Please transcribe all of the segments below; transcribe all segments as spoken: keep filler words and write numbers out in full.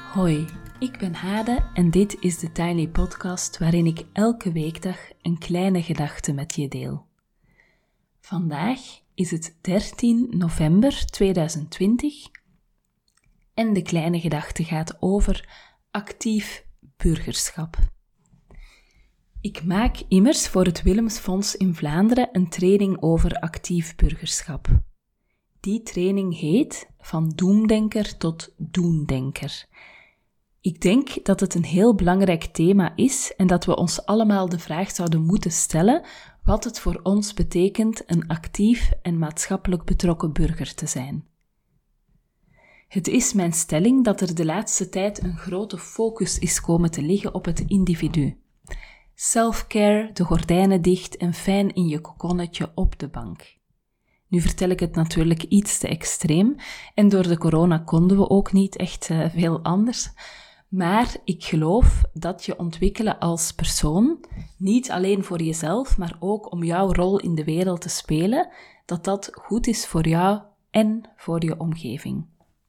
Hoi, ik ben Hade en dit is de Tiny Podcast waarin ik elke weekdag een kleine gedachte met je deel. Vandaag is het dertien november tweeduizend twintig en de kleine gedachte gaat over actief burgerschap. Ik maak immers voor het Willemsfonds in Vlaanderen een training over actief burgerschap. Die training heet Van Doemdenker tot Doendenker. Ik denk dat het een heel belangrijk thema is en dat we ons allemaal de vraag zouden moeten stellen wat het voor ons betekent een actief en maatschappelijk betrokken burger te zijn. Het is mijn stelling dat er de laatste tijd een grote focus is komen te liggen op het individu. Self-care, de gordijnen dicht en fijn in je kokonnetje op de bank. Nu vertel ik het natuurlijk iets te extreem en door de corona konden we ook niet echt uh, veel anders. Maar ik geloof dat je ontwikkelen als persoon, niet alleen voor jezelf, maar ook om jouw rol in de wereld te spelen, dat dat goed is voor jou en voor je omgeving.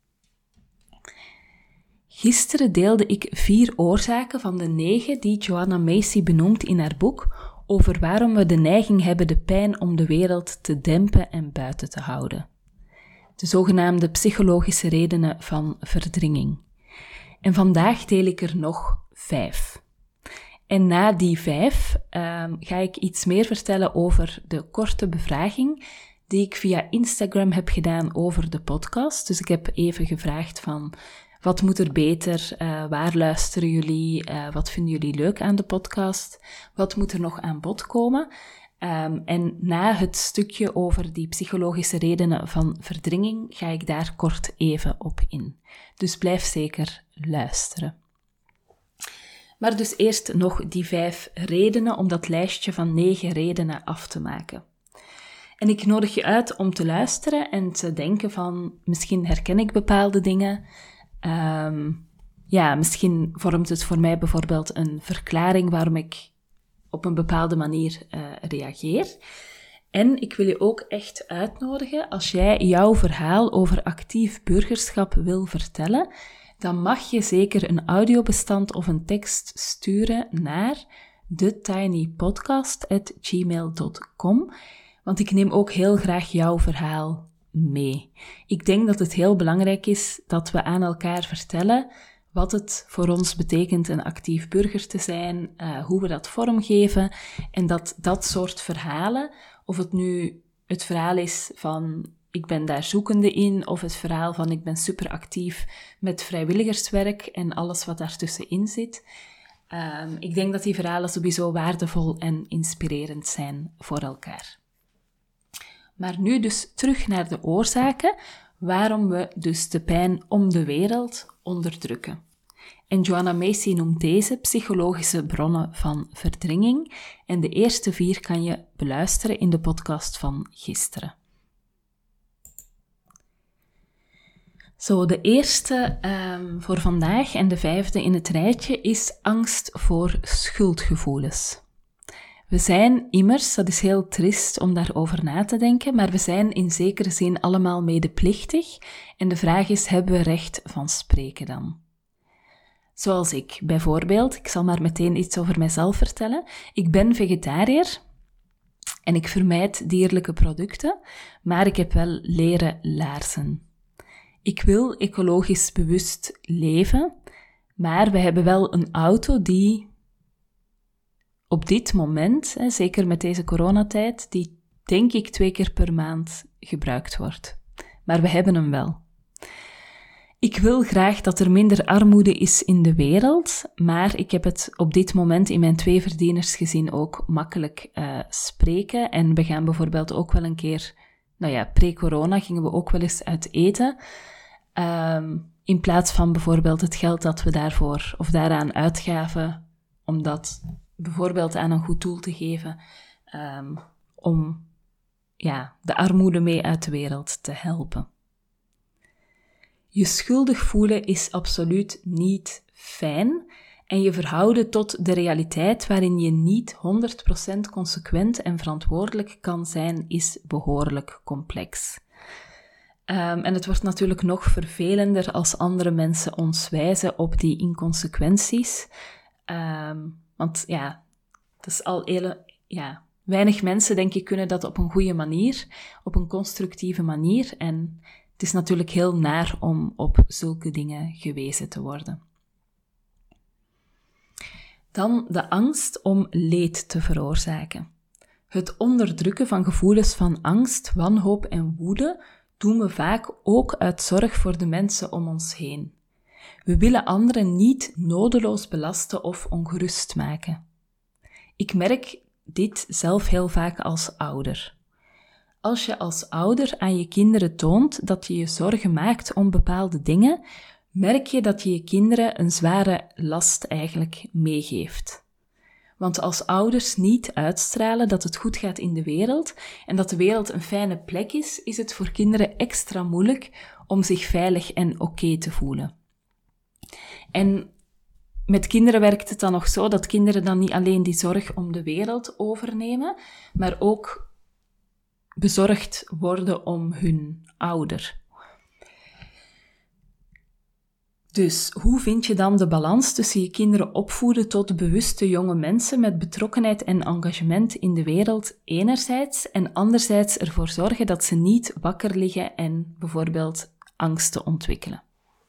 Gisteren deelde ik vier oorzaken van de negen die Joanna Macy benoemt in haar boek over waarom we de neiging hebben de pijn om de wereld te dempen en buiten te houden. De zogenaamde psychologische redenen van verdringing. En vandaag deel ik er nog vijf. En na die vijf um, ga ik iets meer vertellen over de korte bevraging die ik via Instagram heb gedaan over de podcast. Dus ik heb even gevraagd van wat moet er beter, uh, waar luisteren jullie, uh, wat vinden jullie leuk aan de podcast, wat moet er nog aan bod komen. Um, en na het stukje over die psychologische redenen van verdringing ga ik daar kort even op in. Dus blijf zeker luisteren. Maar dus eerst nog die vijf redenen om dat lijstje van negen redenen af te maken. En ik nodig je uit om te luisteren en te denken van misschien herken ik bepaalde dingen. Um, ja, misschien vormt het voor mij bijvoorbeeld een verklaring waarom ik op een bepaalde manier uh, reageer. En ik wil je ook echt uitnodigen, als jij jouw verhaal over actief burgerschap wil vertellen, dan mag je zeker een audiobestand of een tekst sturen naar thetinypodcast at gmail dot com, want ik neem ook heel graag jouw verhaal mee. Ik denk dat het heel belangrijk is dat we aan elkaar vertellen wat het voor ons betekent een actief burger te zijn, uh, hoe we dat vormgeven en dat dat soort verhalen, of het nu het verhaal is van ik ben daar zoekende in, of het verhaal van ik ben super actief met vrijwilligerswerk en alles wat daartussenin zit. Um, ik denk dat die verhalen sowieso waardevol en inspirerend zijn voor elkaar. Maar nu dus terug naar de oorzaken waarom we dus de pijn om de wereld onderdrukken. En Joanna Macy noemt deze psychologische bronnen van verdringing en de eerste vier kan je beluisteren in de podcast van gisteren. Zo, de eerste um, voor vandaag en de vijfde in het rijtje is angst voor schuldgevoelens. We zijn immers, dat is heel triest om daarover na te denken, maar we zijn in zekere zin allemaal medeplichtig en de vraag is, hebben we recht van spreken dan? Zoals ik, bijvoorbeeld, ik zal maar meteen iets over mijzelf vertellen. Ik ben vegetariër en ik vermijd dierlijke producten, maar ik heb wel leren laarzen. Ik wil ecologisch bewust leven, maar we hebben wel een auto die op dit moment, hè, zeker met deze coronatijd, die denk ik twee keer per maand gebruikt wordt. Maar we hebben hem wel. Ik wil graag dat er minder armoede is in de wereld, maar ik heb het op dit moment in mijn tweeverdienersgezin ook makkelijk uh, spreken. En we gaan bijvoorbeeld ook wel een keer, nou ja, pre-corona gingen we ook wel eens uit eten. Um, in plaats van bijvoorbeeld het geld dat we daarvoor of daaraan uitgaven, om dat bijvoorbeeld aan een goed doel te geven, um, om ja, de armoede mee uit de wereld te helpen. Je schuldig voelen is absoluut niet fijn en je verhouden tot de realiteit waarin je niet honderd procent consequent en verantwoordelijk kan zijn, is behoorlijk complex. Um, en het wordt natuurlijk nog vervelender als andere mensen ons wijzen op die inconsequenties. Um, want ja, dat is al heel... Ja, weinig mensen, denk ik, kunnen dat op een goede manier, op een constructieve manier. En het is natuurlijk heel naar om op zulke dingen gewezen te worden. Dan de angst om leed te veroorzaken. Het onderdrukken van gevoelens van angst, wanhoop en woede doen we vaak ook uit zorg voor de mensen om ons heen. We willen anderen niet nodeloos belasten of ongerust maken. Ik merk dit zelf heel vaak als ouder. Als je als ouder aan je kinderen toont dat je je zorgen maakt om bepaalde dingen, merk je dat je je kinderen een zware last eigenlijk meegeeft. Want als ouders niet uitstralen dat het goed gaat in de wereld en dat de wereld een fijne plek is, is het voor kinderen extra moeilijk om zich veilig en oké te voelen. En met kinderen werkt het dan nog zo dat kinderen dan niet alleen die zorg om de wereld overnemen, maar ook bezorgd worden om hun ouder. Dus hoe vind je dan de balans tussen je kinderen opvoeden tot bewuste jonge mensen met betrokkenheid en engagement in de wereld enerzijds en anderzijds ervoor zorgen dat ze niet wakker liggen en bijvoorbeeld angsten ontwikkelen?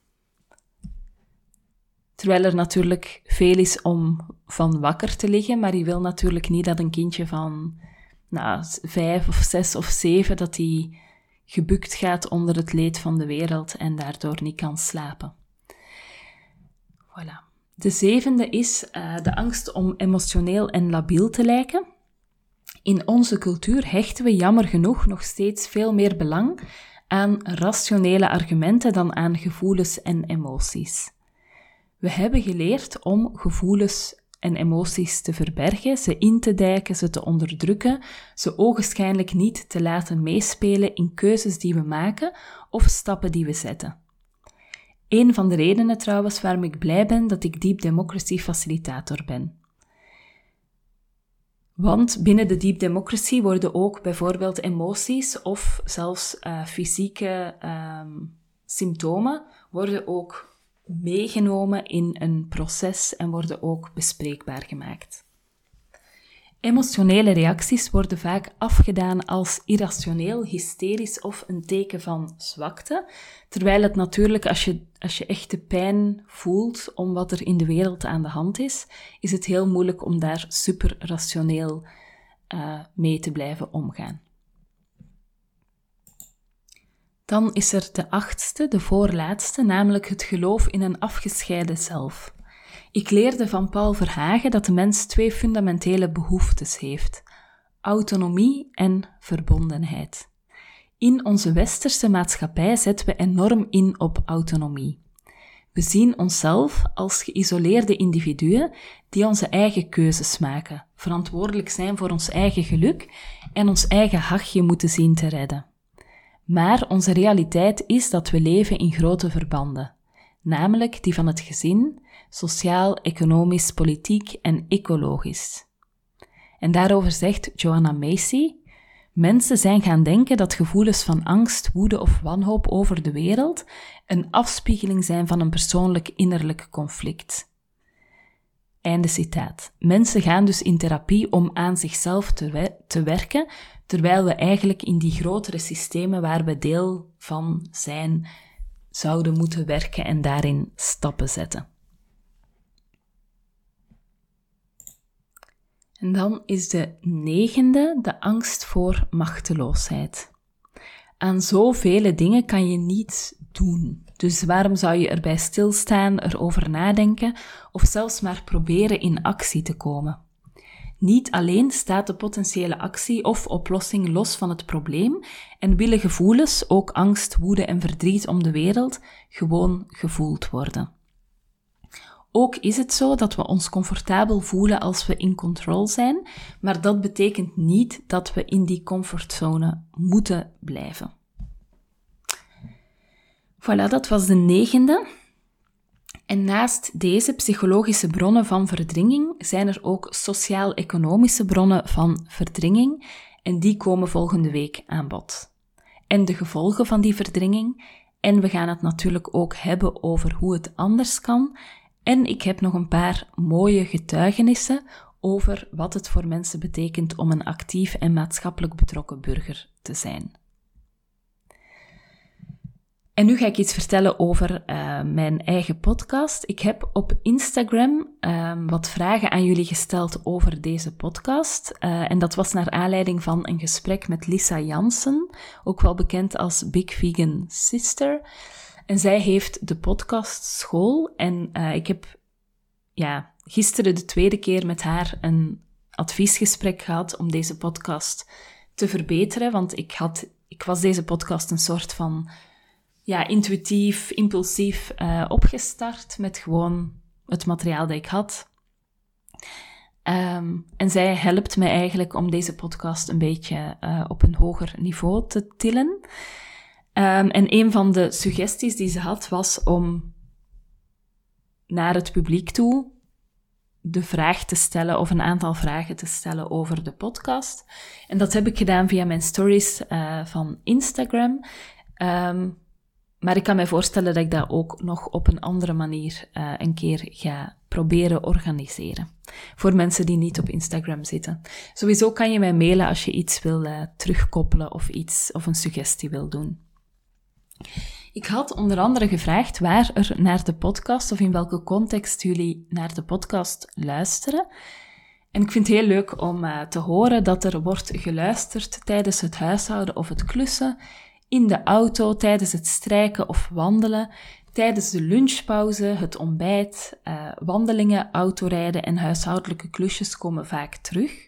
Terwijl er natuurlijk veel is om van wakker te liggen, maar je wil natuurlijk niet dat een kindje van nou, vijf of zes of zeven, dat die gebukt gaat onder het leed van de wereld en daardoor niet kan slapen. Voilà. De zevende is uh, de angst om emotioneel en labiel te lijken. In onze cultuur hechten we jammer genoeg nog steeds veel meer belang aan rationele argumenten dan aan gevoelens en emoties. We hebben geleerd om gevoelens en emoties te verbergen, ze in te dijken, ze te onderdrukken, ze ogenschijnlijk niet te laten meespelen in keuzes die we maken of stappen die we zetten. Een van de redenen trouwens waarom ik blij ben dat ik Deep Democracy facilitator ben. Want binnen de Deep Democracy worden ook bijvoorbeeld emoties of zelfs uh, fysieke um, symptomen worden ook meegenomen in een proces en worden ook bespreekbaar gemaakt. Emotionele reacties worden vaak afgedaan als irrationeel, hysterisch of een teken van zwakte, terwijl het natuurlijk, als je, als je echte pijn voelt om wat er in de wereld aan de hand is, is het heel moeilijk om daar super rationeel uh, mee te blijven omgaan. Dan is er de achtste, de voorlaatste, namelijk het geloof in een afgescheiden zelf. Ik leerde van Paul Verhagen dat de mens twee fundamentele behoeftes heeft: autonomie en verbondenheid. In onze westerse maatschappij zetten we enorm in op autonomie. We zien onszelf als geïsoleerde individuen die onze eigen keuzes maken, verantwoordelijk zijn voor ons eigen geluk en ons eigen hachje moeten zien te redden. Maar onze realiteit is dat we leven in grote verbanden, namelijk die van het gezin, sociaal, economisch, politiek en ecologisch. En daarover zegt Joanna Macy: mensen zijn gaan denken dat gevoelens van angst, woede of wanhoop over de wereld een afspiegeling zijn van een persoonlijk innerlijk conflict. Einde citaat. Mensen gaan dus in therapie om aan zichzelf te, we- te werken, terwijl we eigenlijk in die grotere systemen waar we deel van zijn, zouden moeten werken en daarin stappen zetten. En dan is de negende de angst voor machteloosheid. Aan zoveel dingen kan je niets doen. Dus waarom zou je erbij stilstaan, erover nadenken of zelfs maar proberen in actie te komen? Niet alleen staat de potentiële actie of oplossing los van het probleem en willen gevoelens, ook angst, woede en verdriet om de wereld, gewoon gevoeld worden. Ook is het zo dat we ons comfortabel voelen als we in control zijn, maar dat betekent niet dat we in die comfortzone moeten blijven. Voilà, dat was de negende. En naast deze psychologische bronnen van verdringing zijn er ook sociaal-economische bronnen van verdringing en die komen volgende week aan bod. en de gevolgen van die verdringing. En we gaan het natuurlijk ook hebben over hoe het anders kan. En ik heb nog een paar mooie getuigenissen over wat het voor mensen betekent om een actief en maatschappelijk betrokken burger te zijn. En nu ga ik iets vertellen over uh, mijn eigen podcast. Ik heb op Instagram uh, wat vragen aan jullie gesteld over deze podcast. Uh, en dat was naar aanleiding van een gesprek met Lisa Jansen, ook wel bekend als Big Vegan Sister. En zij heeft de podcast School. En uh, ik heb ja, gisteren de tweede keer met haar een adviesgesprek gehad om deze podcast te verbeteren. Want ik, had, ik was deze podcast een soort van ja, intuïtief, impulsief uh, opgestart met gewoon het materiaal dat ik had. Um, en zij helpt mij eigenlijk om deze podcast een beetje uh, op een hoger niveau te tillen. Um, en een van de suggesties die ze had was om naar het publiek toe de vraag te stellen of een aantal vragen te stellen over de podcast. En dat heb ik gedaan via mijn stories uh, van Instagram. Um, maar ik kan mij voorstellen dat ik dat ook nog op een andere manier uh, een keer ga proberen organiseren. Voor mensen die niet op Instagram zitten. Sowieso kan je mij mailen als je iets wil uh, terugkoppelen of iets of een suggestie wil doen. Ik had onder andere gevraagd waar er naar de podcast of in welke context jullie naar de podcast luisteren. En ik vind het heel leuk om uh, te horen dat er wordt geluisterd tijdens het huishouden of het klussen, in de auto, tijdens het strijken of wandelen, tijdens de lunchpauze, het ontbijt, uh, wandelingen, autorijden en huishoudelijke klusjes komen vaak terug.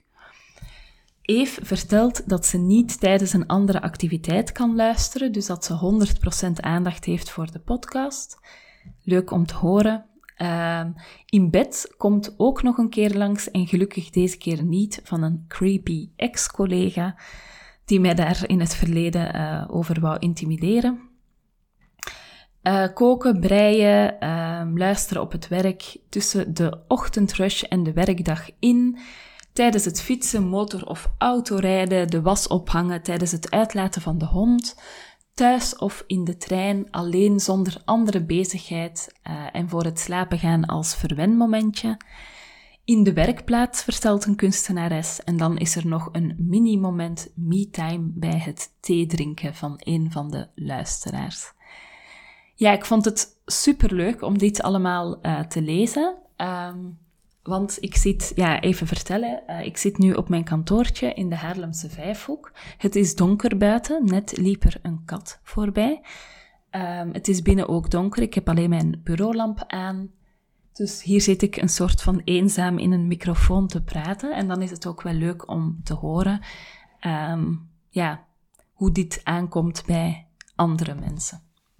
Eve vertelt dat ze niet tijdens een andere activiteit kan luisteren, dus dat ze honderd procent aandacht heeft voor de podcast. Leuk om te horen. Uh, in bed komt ook nog een keer langs en gelukkig deze keer niet van een creepy ex-collega die mij daar in het verleden uh, over wou intimideren. Uh, koken, breien, uh, luisteren op het werk tussen de ochtendrush en de werkdag in, tijdens het fietsen, motor- of autorijden, de was ophangen tijdens het uitlaten van de hond, thuis of in de trein, alleen zonder andere bezigheid uh, en voor het slapen gaan als verwenmomentje. In de werkplaats, vertelt een kunstenares, en dan is er nog een mini-moment me-time bij het theedrinken van een van de luisteraars. Ja, ik vond het superleuk om dit allemaal uh, te lezen, um, want ik zit, ja, even vertellen, uh, ik zit nu op mijn kantoortje in de Haarlemse Vijfhoek. Het is donker buiten, net liep er een kat voorbij. Um, het is binnen ook donker, ik heb alleen mijn bureaulamp aan. Dus hier zit ik een soort van eenzaam in een microfoon te praten. En dan is het ook wel leuk om te horen um, ja, hoe dit aankomt bij andere mensen.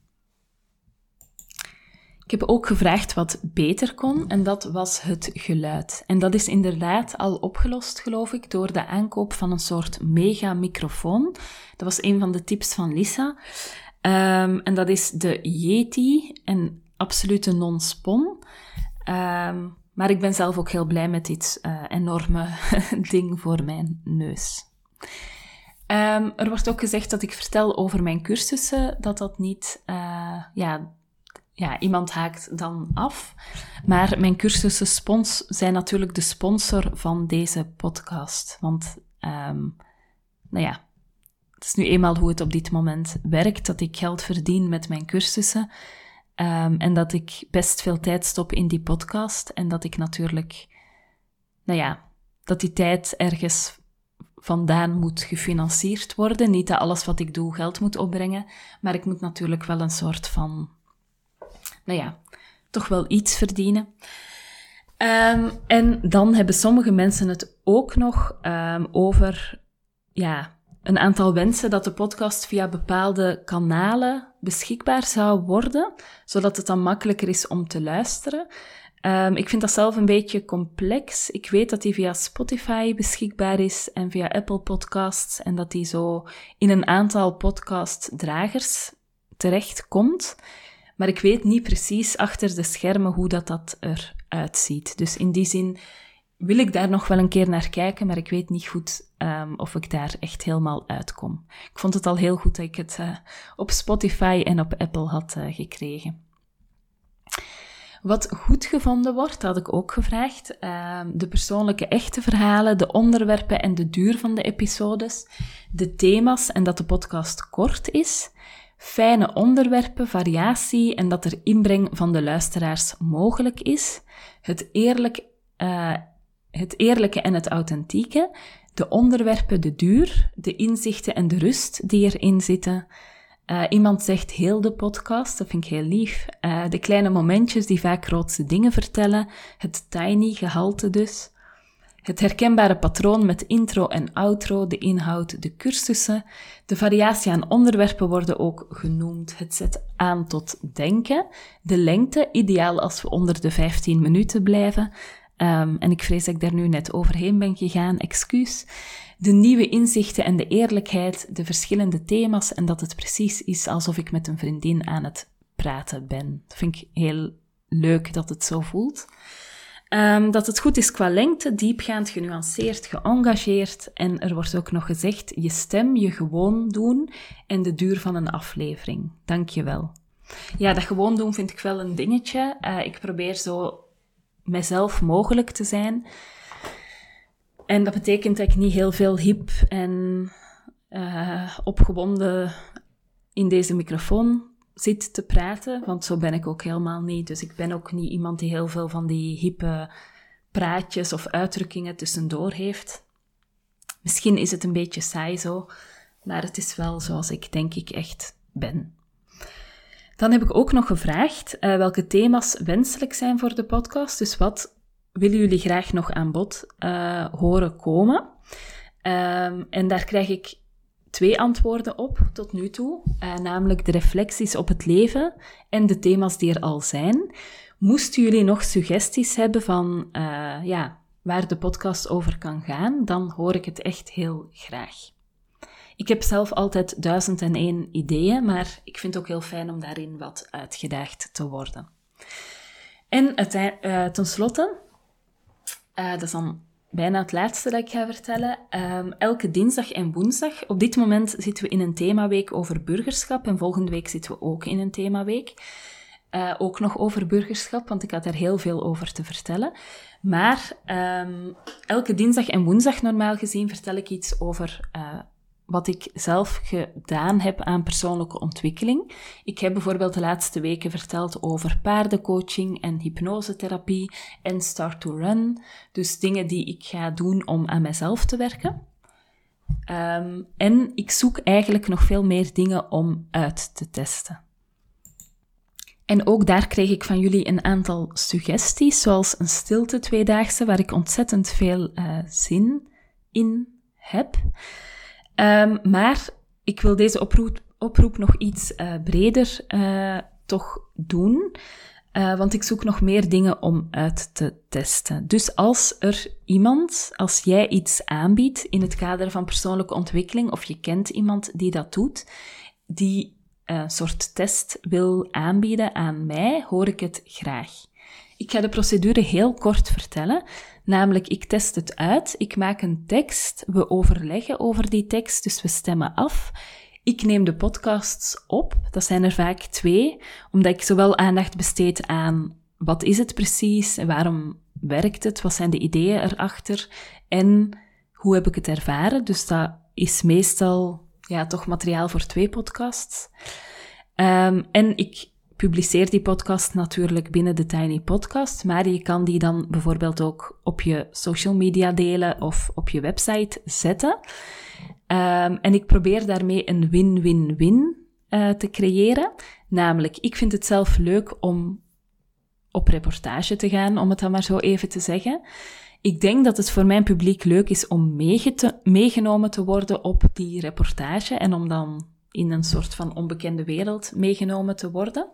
Ik heb ook gevraagd wat beter kon en dat was het geluid. En dat is inderdaad al opgelost, geloof ik, door de aankoop van een soort mega-microfoon. Dat was een van de tips van Lisa. Um, en dat is de Yeti, een absolute non-spon. Um, maar ik ben zelf ook heel blij met dit uh, enorme ding voor mijn neus. Um, er wordt ook gezegd dat ik vertel over mijn cursussen, dat dat niet... Uh, ja, ja, iemand haakt dan af. Maar mijn cursussen spons zijn natuurlijk de sponsor van deze podcast. Want, um, nou ja, het is nu eenmaal hoe het op dit moment werkt, dat ik geld verdien met mijn cursussen. Um, en dat ik best veel tijd stop in die podcast. En dat ik natuurlijk, nou ja, dat die tijd ergens vandaan moet gefinancierd worden. Niet dat alles wat ik doe geld moet opbrengen. Maar ik moet natuurlijk wel een soort van, nou ja, toch wel iets verdienen. Um, en dan hebben sommige mensen het ook nog um, over, ja, een aantal wensen dat de podcast via bepaalde kanalen beschikbaar zou worden, zodat het dan makkelijker is om te luisteren. Um, ik vind dat zelf een beetje complex. Ik weet dat die via Spotify beschikbaar is en via Apple Podcasts en dat die zo in een aantal podcastdragers terechtkomt. Maar ik weet niet precies achter de schermen hoe dat, dat eruit ziet. Dus in die zin wil ik daar nog wel een keer naar kijken, maar ik weet niet goed um, of ik daar echt helemaal uitkom. Ik vond het al heel goed dat ik het uh, op Spotify en op Apple had uh, gekregen. Wat goed gevonden wordt, had ik ook gevraagd. Uh, de persoonlijke echte verhalen, de onderwerpen en de duur van de episodes, de thema's en dat de podcast kort is, fijne onderwerpen, variatie en dat er inbreng van de luisteraars mogelijk is, het, eerlijk, uh, het eerlijke en het authentieke, de onderwerpen, de duur, de inzichten en de rust die erin zitten. Uh, iemand zegt heel de podcast, dat vind ik heel lief. Uh, de kleine momentjes die vaak grootste dingen vertellen, het tiny gehalte dus. Het herkenbare patroon met intro en outro, de inhoud, de cursussen. De variatie aan onderwerpen worden ook genoemd. Het zet aan tot denken. De lengte, ideaal als we onder de vijftien minuten blijven. Um, en ik vrees dat ik daar nu net overheen ben gegaan, excuus. De nieuwe inzichten en de eerlijkheid, de verschillende thema's en dat het precies is alsof ik met een vriendin aan het praten ben. Dat vind ik heel leuk dat het zo voelt. Um, dat het goed is qua lengte, diepgaand, genuanceerd, geëngageerd. En er wordt ook nog gezegd, je stem, je gewoon doen en de duur van een aflevering. Dank je wel. Ja, dat gewoon doen vind ik wel een dingetje. Uh, ik probeer zo mijzelf mogelijk te zijn. En dat betekent dat ik niet heel veel hip en uh, opgewonden in deze microfoon zit te praten, want zo ben ik ook helemaal niet. Dus ik ben ook niet iemand die heel veel van die hippe praatjes of uitdrukkingen tussendoor heeft. Misschien is het een beetje saai zo, maar het is wel zoals ik denk ik echt ben. Dan heb ik ook nog gevraagd uh, welke thema's wenselijk zijn voor de podcast. Dus wat willen jullie graag nog aan bod uh, horen komen? Um, en daar krijg ik twee antwoorden op tot nu toe. Uh, namelijk de reflecties op het leven en de thema's die er al zijn. Moesten jullie nog suggesties hebben van uh, ja, waar de podcast over kan gaan, dan hoor ik het echt heel graag. Ik heb zelf altijd duizend en één ideeën, maar ik vind het ook heel fijn om daarin wat uitgedaagd te worden. En uh, tenslotte, uh, dat is dan bijna het laatste dat ik ga vertellen. Um, elke dinsdag en woensdag, op dit moment zitten we in een themaweek over burgerschap en volgende week zitten we ook in een themaweek. Uh, ook nog over burgerschap, want ik had daar heel veel over te vertellen. Maar um, elke dinsdag en woensdag normaal gezien vertel ik iets over uh, wat ik zelf gedaan heb aan persoonlijke ontwikkeling. Ik heb bijvoorbeeld de laatste weken verteld over paardencoaching en hypnosetherapie en Start to Run. Dus dingen die ik ga doen om aan mezelf te werken. Um, en ik zoek eigenlijk nog veel meer dingen om uit te testen. En ook daar kreeg ik van jullie een aantal suggesties, zoals een stilte tweedaagse, waar ik ontzettend veel uh, zin in heb. Um, maar ik wil deze oproep, oproep nog iets uh, breder uh, toch doen, uh, want ik zoek nog meer dingen om uit te testen. Dus als er iemand, als jij iets aanbiedt in het kader van persoonlijke ontwikkeling, of je kent iemand die dat doet, die een soort test wil aanbieden aan mij, hoor ik het graag. Ik ga de procedure heel kort vertellen. Namelijk, ik test het uit, ik maak een tekst, we overleggen over die tekst, dus we stemmen af. Ik neem de podcasts op, dat zijn er vaak twee, omdat ik zowel aandacht besteed aan wat is het precies, en waarom werkt het, wat zijn de ideeën erachter en hoe heb ik het ervaren. Dus dat is meestal ja, toch materiaal voor twee podcasts. Um, en ik publiceer die podcast natuurlijk binnen de Tiny Podcast, maar je kan die dan bijvoorbeeld ook op je social media delen of op je website zetten. Um, en ik probeer daarmee een win-win-win uh, te creëren. Namelijk, ik vind het zelf leuk om op reportage te gaan, om het dan maar zo even te zeggen. Ik denk dat het voor mijn publiek leuk is om meege te, meegenomen te worden op die reportage en om dan in een soort van onbekende wereld meegenomen te worden.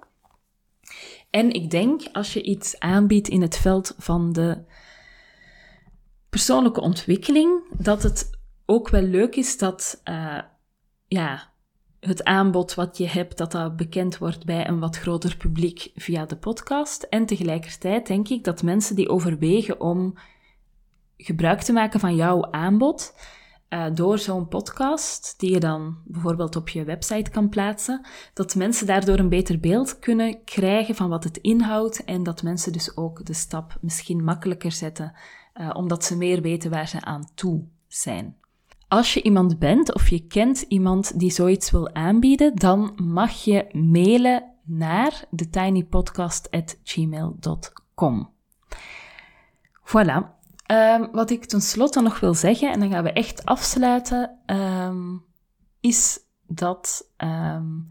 En ik denk, als je iets aanbiedt in het veld van de persoonlijke ontwikkeling, dat het ook wel leuk is dat uh, ja, het aanbod wat je hebt, dat dat bekend wordt bij een wat groter publiek via de podcast. En tegelijkertijd denk ik dat mensen die overwegen om gebruik te maken van jouw aanbod, uh, door zo'n podcast, die je dan bijvoorbeeld op je website kan plaatsen, dat mensen daardoor een beter beeld kunnen krijgen van wat het inhoudt en dat mensen dus ook de stap misschien makkelijker zetten, uh, omdat ze meer weten waar ze aan toe zijn. Als je iemand bent of je kent iemand die zoiets wil aanbieden, dan mag je mailen naar the tiny podcast at gmail dot com. Voilà. Um, wat ik tenslotte nog wil zeggen, en dan gaan we echt afsluiten, um, is dat um,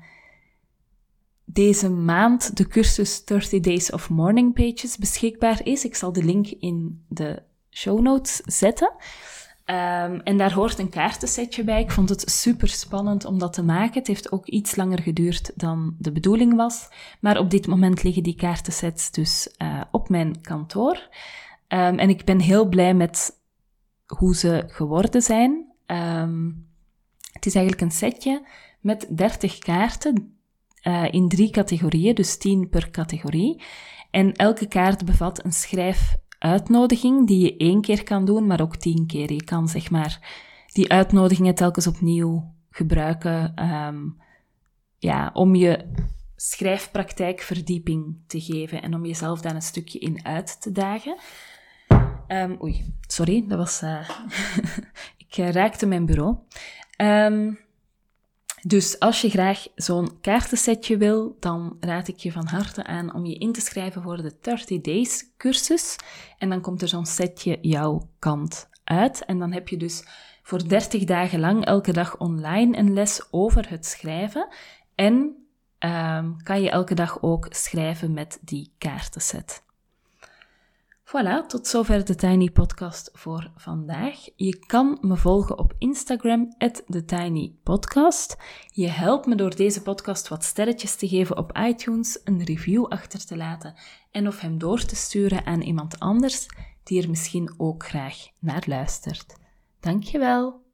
deze maand de cursus dertig Days of Morning Pages beschikbaar is. Ik zal de link in de show notes zetten. Um, en daar hoort een kaartensetje bij. Ik vond het super spannend om dat te maken. Het heeft ook iets langer geduurd dan de bedoeling was. Maar op dit moment liggen die kaartensets dus uh, op mijn kantoor. Um, en ik ben heel blij met hoe ze geworden zijn. Um, het is eigenlijk een setje met dertig kaarten uh, in drie categorieën, dus tien per categorie. En elke kaart bevat een schrijfuitnodiging die je één keer kan doen, maar ook tien keer. Je kan zeg maar die uitnodigingen telkens opnieuw gebruiken um, ja, om je schrijfpraktijkverdieping te geven en om jezelf daar een stukje in uit te dagen. Um, oei, sorry, dat was... Uh, ik uh, raakte mijn bureau. Um, dus als je graag zo'n kaartensetje wil, dan raad ik je van harte aan om je in te schrijven voor de dertig Days cursus. En dan komt er zo'n setje jouw kant uit. En dan heb je dus voor dertig dagen lang elke dag online een les over het schrijven. En um, kan je elke dag ook schrijven met die kaartenset. Voilà, tot zover de Tiny Podcast voor vandaag. Je kan me volgen op Instagram, at the tiny podcast. Je helpt me door deze podcast wat sterretjes te geven op iTunes, een review achter te laten en of hem door te sturen aan iemand anders die er misschien ook graag naar luistert. Dankjewel!